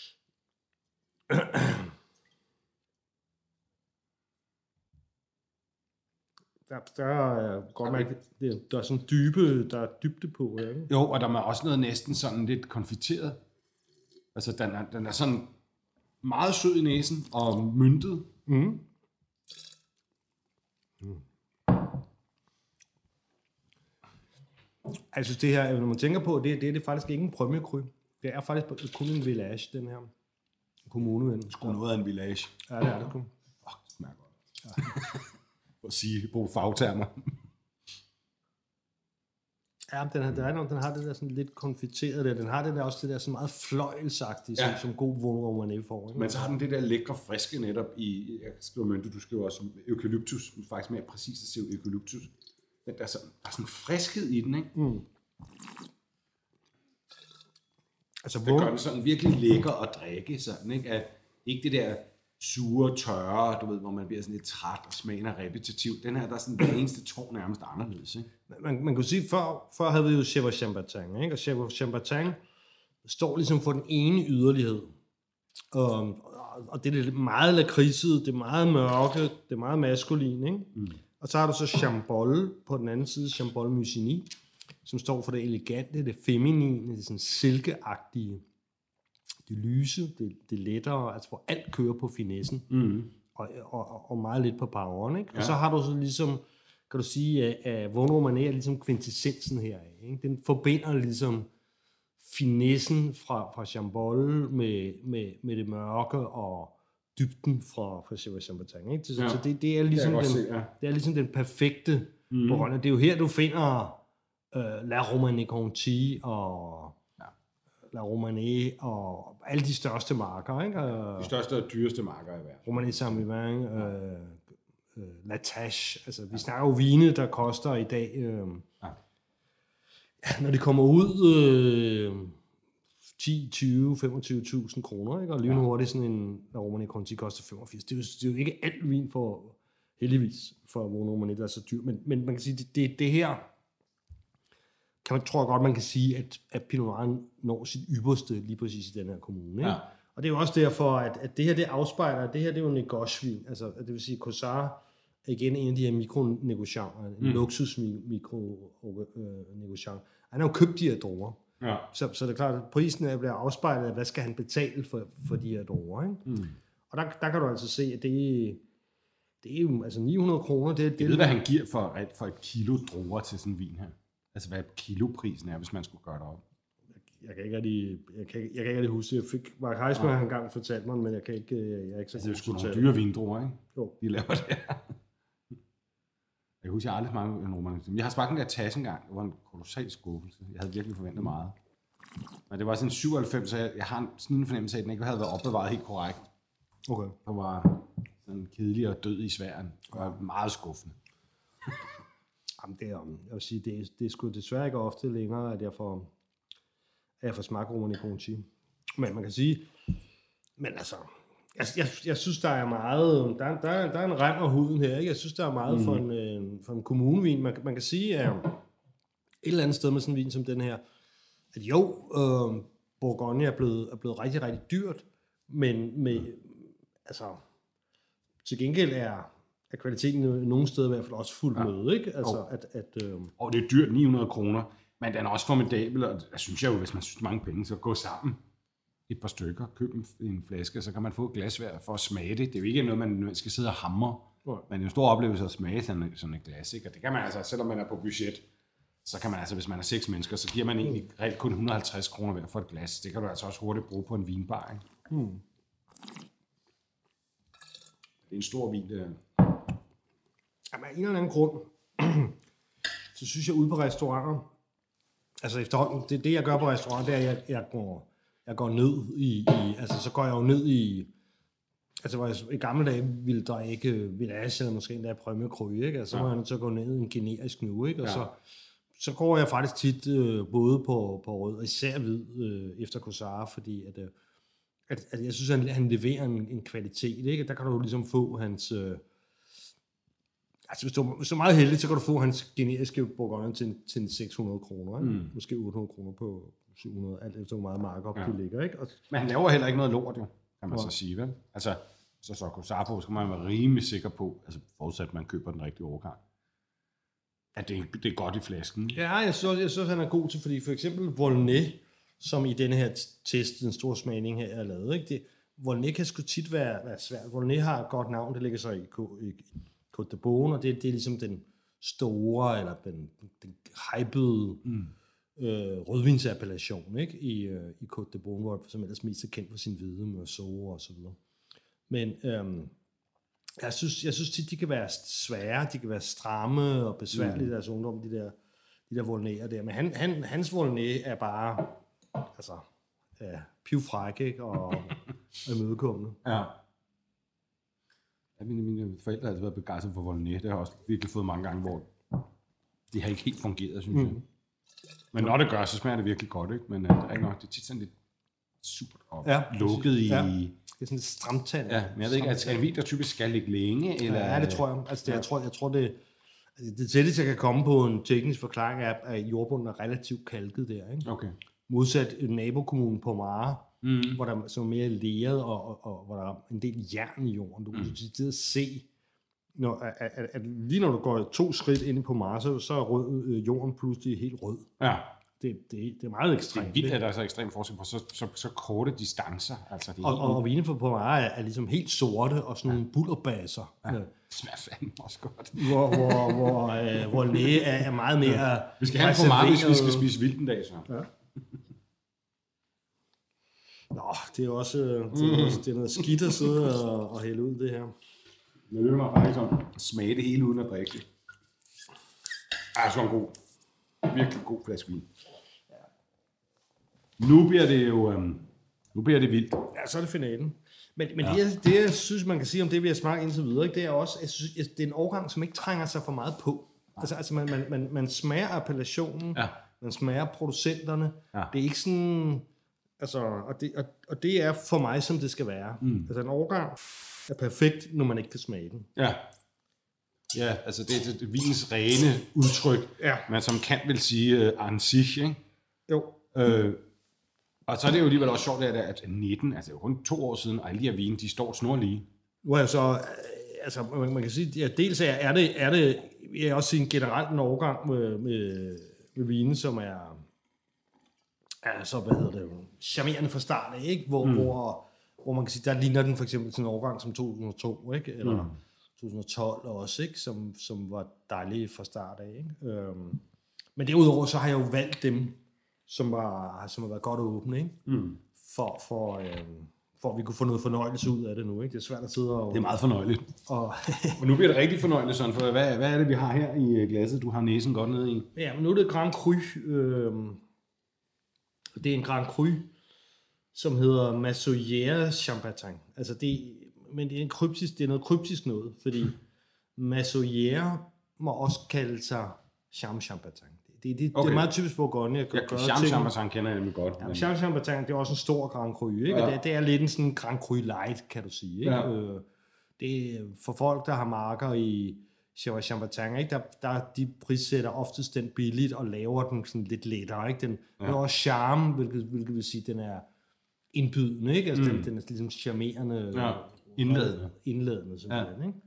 Der, der er godt mærke, der er sådan dybe, der er dybde på. Ikke? Jo, og der er også noget næsten sådan lidt konfiteret. Altså, den er, den er sådan meget sød i næsen og myntet. Mm. Mm. Altså det her, når man tænker på, det, det er det faktisk ikke en Premier Cru. Det er faktisk kun en village, den her kommuneven. Sgu noget af en village. Ja, det er det kun. Åh, oh, det smager godt. Ja. For at sige, bruge fagtermer. Ja, den har, der er nok, den har det der sådan lidt konfiteret der. Den har det der også det der sådan meget fløjelsagtigt, ja. som, som god Vosne Romanée får. Ikke? Men så har den det der lækre friske netop i, jeg skriver Mønte, du skriver også eukalyptus, faktisk mere præcist at sige eukalyptus. Den der, sådan, der er sådan friskhed i den, ikke? Mm. Altså, det hvor... gør den sådan virkelig lækker at drikke, sådan, ikke? At ikke det der sure, tørre, du ved, hvor man bliver sådan lidt træt og smagen er repetitivt. Den her, der er sådan den eneste tår nærmest anderledes, ikke? Man, man kunne sige, før, før havde vi jo Chèvre Chambertin, ikke? Og Chèvre Chambertin står ligesom for den ene yderlighed. Og, og det er meget lakridset, det er meget mørke, det er meget maskulin, ikke? Mm. Og så har du så Chambolle på den anden side, Chambolle Musigny, som står for det elegante, det feminine, det sådan silkeagtige. Det lyse, det, det lettere, altså hvor alt kører på finessen, mm. og, og, og meget lidt på poweren, ikke? Ja. Og så har du så ligesom, kan du sige, at Vosne Romanée er ligesom kvintessensen heraf, ikke? Den forbinder ligesom finessen fra, fra Chambolle med, med, med det mørke og dybden fra, fra Chèvre Chambertin, ikke? Så, ja. så det, det, er ligesom det, den, se, ja. det er ligesom den perfekte mm. berønne. Det er jo her, du finder uh, La Romanée Conti og La Romanée og alle de største marker, ikke? De største og dyreste marker i verden. Romanée Saint-Vivant, øh, øh, La Tâche, altså vi snakker jo vine, der koster i dag, øh, ja. når de kommer ud, øh, ti, tyve, femogtyve tusind kroner, ikke? Og lige nu hurtigt sådan en La Romanée Conti koster femogfirs. Det er, jo, det er jo ikke alt vin for, heldigvis, for Vosne Romanée, der er så dyr, men, men man kan sige, det, det, det her, kan man, tror jeg godt, man kan sige, at, at Pinot Noir når sit ypperste lige præcis i den her kommune. Ikke? Ja. Og det er jo også derfor, at, at det her, det afspejler, det her, det er jo negocievin, altså det vil sige, Corsare er igen en af de her mikronegocianter, en mm. luksus-mikronegociant. Han har jo købt de her druer. Ja. Så, så det er klart, at prisen er bliver afspejlet af, hvad skal han betale for, for de her druer. Ikke? Mm. Og der, der kan du altså se, at det, det er jo altså ni hundrede kroner. Det, det jeg ved, hvad han giver for, for et kilo druer til sådan en vin her. Altså, hvad kiloprisen er, hvis man skulle gøre det op? Jeg kan ikke rigtig, jeg kan, jeg kan ikke rigtig huske. Jeg fik Mark Heisman ja. engang fortalt mig, men jeg kan ikke, jeg er ikke så altså, det er sgu nogle dyre vindruer, ikke? Jo. De laver det her. Jeg husker, jeg aldrig smagt en romansk. Jeg har smagt den der tasse engang. Det var en kolossal skuffelse. Jeg havde virkelig forventet meget. Men det var sådan syvoghalvfems, så jeg, jeg har sådan en fornemmelse af, at den ikke havde været opbevaret helt korrekt. Okay. Det var sådan kedelig og død i sværen. Det var meget skuffende. Jamen, det er, jeg vil sige, det er, det er sgu desværre ikke ofte længere, at jeg får, at jeg får smagt Romanée Conti. Men man kan sige, men altså, jeg, jeg, jeg synes, der er meget, der, der, der er en rem af huden her, ikke? Jeg synes, der er meget mm. for, en, for en kommunevin. Man, man kan sige, at et eller andet sted med sådan en vin som den her, at jo, øh, Bourgogne er blevet, er blevet rigtig, rigtig dyrt, men med, altså, til gengæld er er kvaliteten nogle steder i hvert fald også fuldt ja. med, ikke? Altså, oh. at, at, øh... Og det er dyrt, ni hundrede kroner, men den er også formidabel, og jeg synes jeg jo, hvis man synes mange penge, så gå sammen et par stykker, køb en, en flaske, så kan man få et glas hver for at smage det. Det er jo ikke noget, man skal sidde og hamre, ja. men det er en stor oplevelse at smage sådan, sådan et glas, ikke? Og det kan man altså, selvom man er på budget, så kan man altså, hvis man er seks mennesker, så giver man egentlig reelt kun et hundrede og halvtreds kroner hver for et glas. Det kan du altså også hurtigt bruge på en vinbar, ikke? Hmm. Det er en stor vin, det her. Jamen, af en eller anden grund, så synes jeg ude på restauranter, altså efterhånden, det, det jeg gør på restauranter, det er, at jeg, jeg, går, jeg går ned i, i, altså så går jeg jo ned i, altså hvor jeg i gamle dage ville der ikke village, eller måske endda Premier Cru, ikke? Altså så var jeg nødt til at gå ned i en generisk nu, ikke? Og ja. så, så går jeg faktisk tit øh, både på, på rød, og især hvid øh, efter Corsare, fordi at, øh, at, at jeg synes, at han, han leverer en, en kvalitet, ikke? Der kan du ligesom få hans... Øh, Altså, hvis du, hvis du er meget heldig, så kan du få hans generiske Bourgogne til, til seks hundrede kroner, mm. måske otte hundrede kroner på syv hundrede, alt efter hvor meget markup ja. det ligger, ikke? Og, men han laver heller ikke noget lort, jo, kan man ja. så sige, vel? Altså, så så Corsare på, så kan man være rimelig sikker på, altså forudsat, at man køber den rigtige overgang, at det, det er godt i flasken. Ja, jeg synes, jeg synes, han er god til, fordi for eksempel Volnay, som i denne her test, den store smagning her er lavet, ikke? Det, Volnay kan sgu tit være, være svært. Volnay har et godt navn, det ligger så i, i Côte de Beaune, og det, det er ligesom den store, eller den, den hypede mm. øh, rødvinsappellation, ikke? I, øh, i Côte de Beaune, hvor som ellers mest er kendt for sin hvide med sour og så videre. Men øhm, jeg synes, jeg synes tit, de kan være svære, de kan være stramme og besværlige mm. i deres ungdom, de der, de der Volnay'er der. Men han, han, hans Volnay er bare, altså, ja, pivfræk, ikke? Og, og imødekommende. Ja. Ja, mine, mine forældre har altid været begejstret for Volnay. Det har jeg også virkelig fået mange gange, hvor det har ikke helt fungeret, synes mm. jeg. Men når det gør, så smager det virkelig godt, ikke? Men uh, det er ikke nok. Det er tit sådan lidt surt og ja, lukket i... Ja. Det er sådan lidt stramtand. Ja, men jeg ved ikke, at en vin, der typisk skal ligge længe, eller... Ja, det tror jeg. Altså, det, ja. jeg tror, jeg tror det... Altså, det tætteste, jeg kan komme på en teknisk forklaring, er, at jordbunden er relativt kalket der, ikke? Okay. Modsat nabokommunen på Mare, mm. hvor der så er mere leret, og, og, og hvor der er en del jern i jorden. Du kan mm. til se, når, at, at, at lige når du går to skridt ind på Mare, så, så er rød, øh, jorden pludselig helt rød. Ja. Det, det, det er meget ekstremt. Det er vildt, at der er så ekstremt forskel på så, så, så korte distancer. Altså, det er og, og, og vinen på Mare er, er ligesom helt sorte, og sådan nogle ja. bullerbaser. Ja. Det smager fandme også godt. Hvor, hvor, hvor, øh, hvor læge er, er meget mere... Ja. Vi skal have på Mare, hvis vi skal spise vildt en dag, så. Ja. Nå, det er også det er noget, det er noget skidt at sidde og, og hælde ud det her. Jeg løber mig faktisk om at smage det hele uden at drikke det. Ej, så en god, virkelig god flaske vin. Ja. Nu bliver det jo øhm, nu bliver det vildt. Ja, så er det finalen. Men, men Ja. det, jeg, det, jeg synes, man kan sige om det, vi har smagt indtil videre, ikke, det er også, jeg synes, det er en årgang, som ikke trænger sig for meget på. Altså, altså man, man, man, man smager appellationen, Ja. man smager producenterne. Ja. Det er ikke sådan... Altså, og, det, og, og det er for mig, som det skal være. Mm. Altså, en årgang er perfekt, når man ikke kan smage den. Ja. Ja, altså det er det, det vinens rene udtryk, Ja. man som kan vil sige uh, en sich, ikke? Jo. Øh, og så er det jo alligevel også sjovt, at nitten, altså det er jo kun to år siden, og alle de her vine, de står snorlige. Nu er jeg så... øh, Altså, man, man kan sige, ja, dels er, er det, er det, jeg vil også sige, en generelt en overgang med, med, med vine, som er, altså, hvad hedder det, charmerende fra start af, ikke? Hvor, mm. hvor, hvor man kan sige, der ligner den for eksempel til en overgang som to tusind og to, ikke? Eller mm. to tusind og tolv også, ikke? Som, som var dejlige fra start af, ikke? Øhm, men derudover så har jeg jo valgt dem, som, var, som har været godt åbne, ikke? Mm. For, for, øhm, for at vi kunne få noget fornøjelse ud af det nu, ikke? Det er svært at sidde og... Det er meget fornøjeligt. Og, Og nu bliver det rigtig fornøjeligt, sådan, for hvad, hvad er det, vi har her i glasset? Du har næsen godt nede i. ja, men nu er det Grand Cru. Øh, det er en Grand Cru, som hedder Massoyère Chambertin. Altså det, men det er en kryptisk, det er noget kryptisk noget, fordi Massoyère må også kalde sig Cham Chambertin. Det, det, Okay. det er meget typisk Bourgogne at Ja, gøre Cham ting. Chambertin kender jeg nemlig godt. Ja, Cham Chambertin, det er også en stor Grand Cru, ikke? Ja. Ja. Det, det er lidt en sådan Grand Cru light, kan du sige, ikke? Ja. Øh, det er for folk, der har marker i Cham Chambertin, ikke? Der, der de prissætter oftest den billigt og laver den sådan lidt lettere, ikke? Den ja. har også charme, hvilket, hvilket vil sige, den er indbydende, ikke? Altså, mm. den, den er ligesom charmerende, Ja. Indladende. indladende simpelthen, ja. Ikke?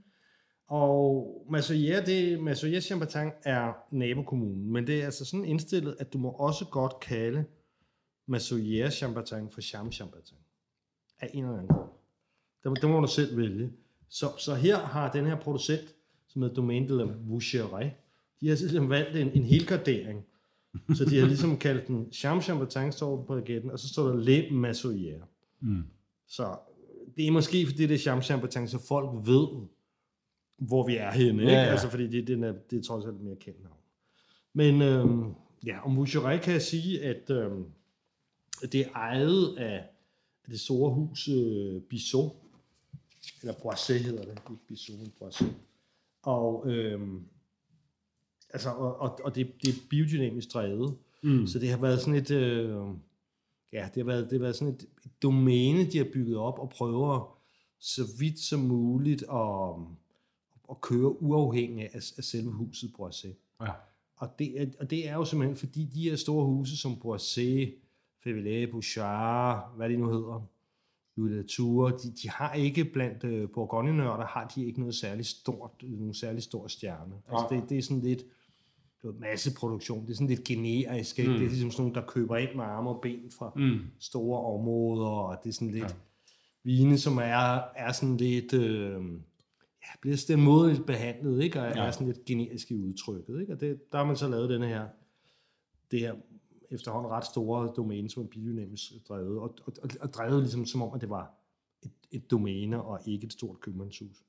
Og Massoyère, det Massoyère Chambertin er nabokommunen, men det er altså sådan indstillet, at du må også godt kalde Massoyère Chambertin for Cham Chambertin. Af en eller anden grund. Det, det må du selv vælge. Så, så her har den her producent, som hedder Domaine de la Boucherie, de har simpelthen valgt en, en helgardering. Så de har ligesom kaldt den Cham Chambertin, står der på baguetten, og så står der Le Massoyère. Mm. Så det er måske fordi det er Cham Chambertin, så folk ved, hvor vi er henne, ikke? Ja, ja. Altså, fordi det, det, er, det er trods alt mere kendt navn. Men øhm, ja, om Boucherie kan jeg sige, at øhm, det er ejet af det store hus øh, Bissot, eller Boisset hedder det, ikke Bissot, men Boisset. Og, øhm, altså, og, og, og det, det er biodynamisk drevet, mm. så det har været sådan et, øh, ja, det har været, det har været sådan et, et domæne, de har bygget op og prøver så vidt som muligt at, at køre uafhængigt af, af selve huset Boisset. Ja. Og det, er, og det er jo simpelthen, fordi de her store huse som Boisset, Feuillée, Bouchard, hvad de nu hedder, Louis Latour, de, de har ikke blandt uh, Bourgogne-nørder, har de ikke noget særligt stort, nogen særlig stor stjerne. Ja. Altså det, det er sådan lidt masseproduktion, det er sådan lidt generisk, ikke? Mm. Det er ligesom sådan nogle, der køber ind med arme og ben fra mm. store områder, og det er sådan lidt ja. vine, som er, er sådan lidt, øh, ja, bliver stedmodigt behandlet, ikke? Og ja. er sådan lidt generisk i udtrykket, ikke? Og det, der har man så lavet denne her, det her efterhånden ret store domæne, som er biodynamisk drevet, og, og, og, og drevet ligesom som om, at det var et, et domæne, og ikke et stort købmandshus.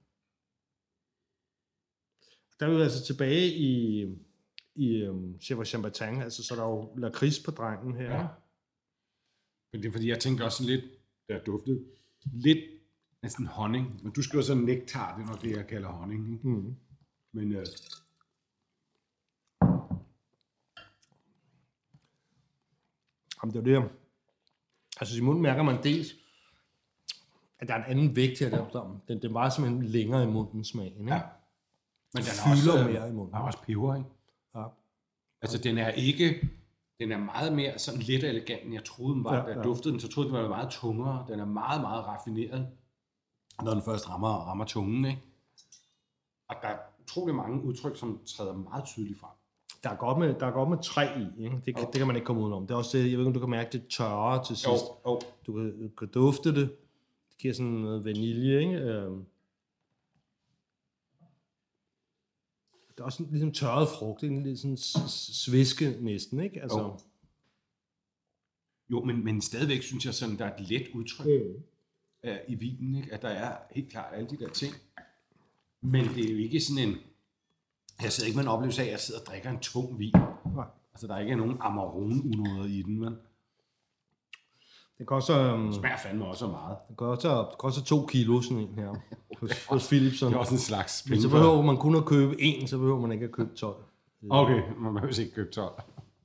Der er vi altså tilbage i, i um, Chèvre Chambertin, altså så er der jo lakrids på drengen her. Ja. Men det er fordi, jeg tænkte også sådan lidt, der duftede lidt næsten honning, men du skal jo så nektar, det er nok det, jeg kalder honning, ikke? Mm. Men øh, Jamen, det er det. Altså i munden mærker man dels, at der er en anden vægt til at lave den. Den var simpelthen længere i munden, smagen, ikke? Ja. Men den fylder er også, mere i munden. Der er også peber, ikke? Ja. Altså den er ikke, den er meget mere sådan let og elegant, end jeg troede den var. Ja, Da jeg ja. duftede den, så troede jeg, den var meget tungere. Den er meget, meget raffineret, når den først rammer, rammer tungen, ikke? Og der er utrolig mange udtryk, som træder meget tydeligt frem. Der er godt med, der er godt med træ i, ikke? Det, kan, det kan man ikke komme udenom. Det er også det, jeg ved ikke, om du kan mærke det tørre til sidst. Jo, jo. Du kan, du kan dufte det. Det giver sådan noget vanilje, ikke? Øhm. Der er også sådan, ligesom tørret frugt, ikke? Lidt sådan sviske næsten, ikke? Altså. Jo. Jo, men, men stadigvæk synes jeg, sådan, der er et let udtryk Mm. uh, i vinen, ikke? At der er helt klart alle de der ting. Men det er jo ikke sådan en... Jeg sidder ikke med en oplevelse af, at jeg sidder og drikker en tung vin. Nej. Altså, der er ikke nogen Amarone-unoder i den, vel? Det koster... Um, det smager fandme også meget. Det koster, det koster to kilo sådan en her hos, hos Philipson. Det er også en slags Men så behøver man kun at købe en, så behøver man ikke at købe tolv. Okay, man behøver ikke købe tolv.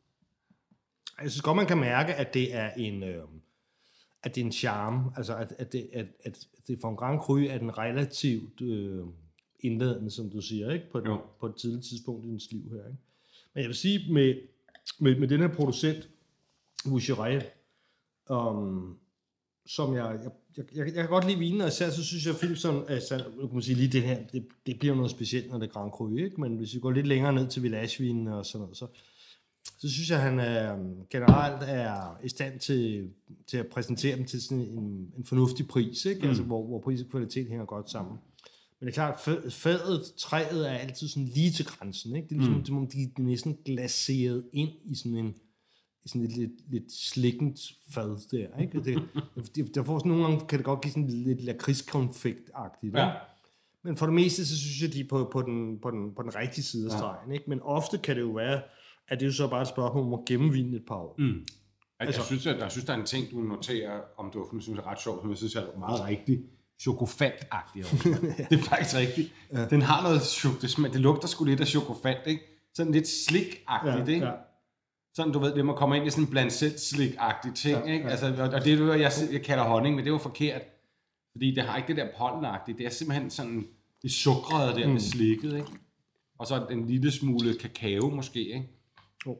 Jeg synes godt, man kan mærke, at det er en, øh, at det er en charme. Altså, at, at, det, at, at det for en Grand Cru er den relativt øh, indladende, som du siger, ikke? På, et, på et tidligt tidspunkt i dens liv her. Ikke? Men jeg vil sige, med, med, med den her producent, Vacheray, um, som jeg, jeg, jeg, jeg, jeg kan godt lide vinen, og især så synes jeg, at Philipson, altså, jeg kan sige lige det her, det, det bliver noget specielt, når det er Grand Cru, ikke? Men hvis vi går lidt længere ned til Village-vinen og sådan noget, så, så synes jeg, at han er, generelt er i stand til, til at præsentere dem til sådan en, en fornuftig pris, ikke? Mm. Altså, hvor, hvor pris og kvalitet hænger godt sammen. Men det er klart, at fadet, træet er altid sådan lige til grænsen, ikke? Det er ligesom, mm. som om de er næsten glaseret ind i sådan en sådan et lidt, lidt slikkent fad der, ikke? Det, det, der får sådan nogle gange, kan det godt give sådan lidt lakridskonfekt-agtigt, ja. Men for det meste, så synes jeg, de er på, på, den, på, den, på den rigtige side af stregen, ikke? Men ofte kan det jo være, at det er jo så bare et spørgsmål om at gemme vinen et par år. Mm. Altså, jeg, synes, jeg, jeg synes, der er en ting, du noterer om duften, synes jeg er ret sjovt, som jeg synes er meget rigtigt. Chokofant-agtigt. Det er faktisk rigtigt. Ja. Den har noget chok, det, det lugter sgu lidt af chokofant, ikke? Sådan lidt slik-agtigt, ja, ikke? Ja. Sådan, du ved, det må komme ind i sådan en blandt selv slik-agtig ting, ja, ikke? Ja. Altså, og det er jo, jeg, jeg kalder honning, men det er jo forkert. Fordi det har ikke det der pollenagtigt. Det er simpelthen sådan det sukrede der mm. med slikket, ikke? Og så en lille smule kakao måske, ikke? Oh.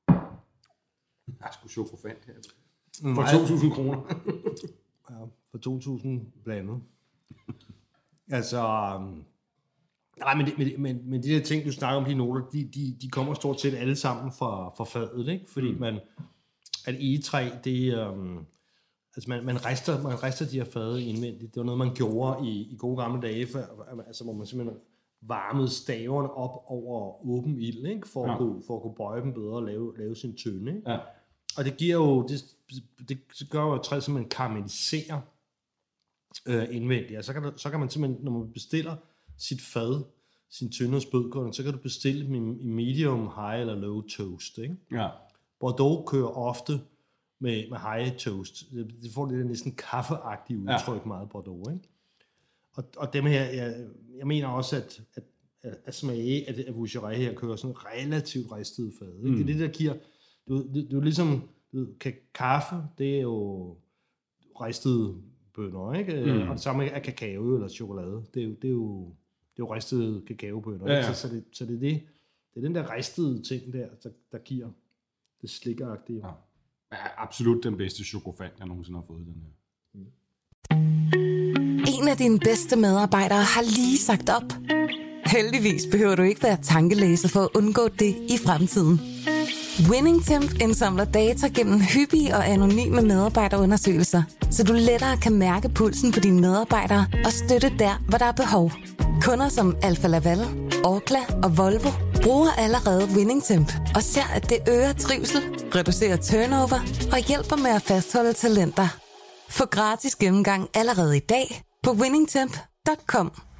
Der er sgu chokofant her. For to tusind kroner. Ja, for to tusind blandet. Altså... Nej, men, men, men, men de der ting, du snakker om, de noter, de, de, de kommer stort set alle sammen fra, fra fadet, ikke? Fordi mm. man, at egetræ, det um, altså man, man, rister, man rister de her fade indvendigt. Det var noget, man gjorde i, i gode gamle dage, for, altså hvor man simpelthen varmede staverne op over åben ild, ikke? For, ja. at kunne, for at kunne bøje dem bedre og lave, lave sin tønde, ikke? Ja. Og det giver jo, det, det gør jo, at træet simpelthen karamelliserer øh, indvendigt. Altså, så, kan der, så kan man simpelthen, når man bestiller sit fad, sin tynde spødkorn, så kan du bestille dem i medium, high eller low toast, ikke? Ja. Bordeaux kører ofte med, med high toast. Det får det der næsten kaffeagtige udtryk, ja. Meget Bordeaux, ikke? Og, og dem her, jeg, jeg mener også, at, at, at, at smage, at, at Vacheray her kører sådan relativt ristet fad, ikke? Mm. Det er det, der giver, du, du, du ligesom, du, kaffe, det er jo ristede bønner, ikke? Mm. Og det samme er kakao eller chokolade. Det er jo, det er jo Det er jo ristede kakaobønner, ja, ja. Så, så, det, så det, er det, det er den der ristede ting der, der, der giver det slikkeragtige. Ja. Ja, absolut den bedste chokofant, jeg nogensinde har fået den her. Mm. En af dine bedste medarbejdere har lige sagt op. Heldigvis behøver du ikke være tankelæser for at undgå det i fremtiden. WinningTemp indsamler data gennem hyppige og anonyme medarbejderundersøgelser, så du lettere kan mærke pulsen på dine medarbejdere og støtte der, hvor der er behov. Kunder som Alfa Laval, Orkla og Volvo bruger allerede WinningTemp og ser, at det øger trivsel, reducerer turnover og hjælper med at fastholde talenter. Få gratis gennemgang allerede i dag på winningtemp punktum com.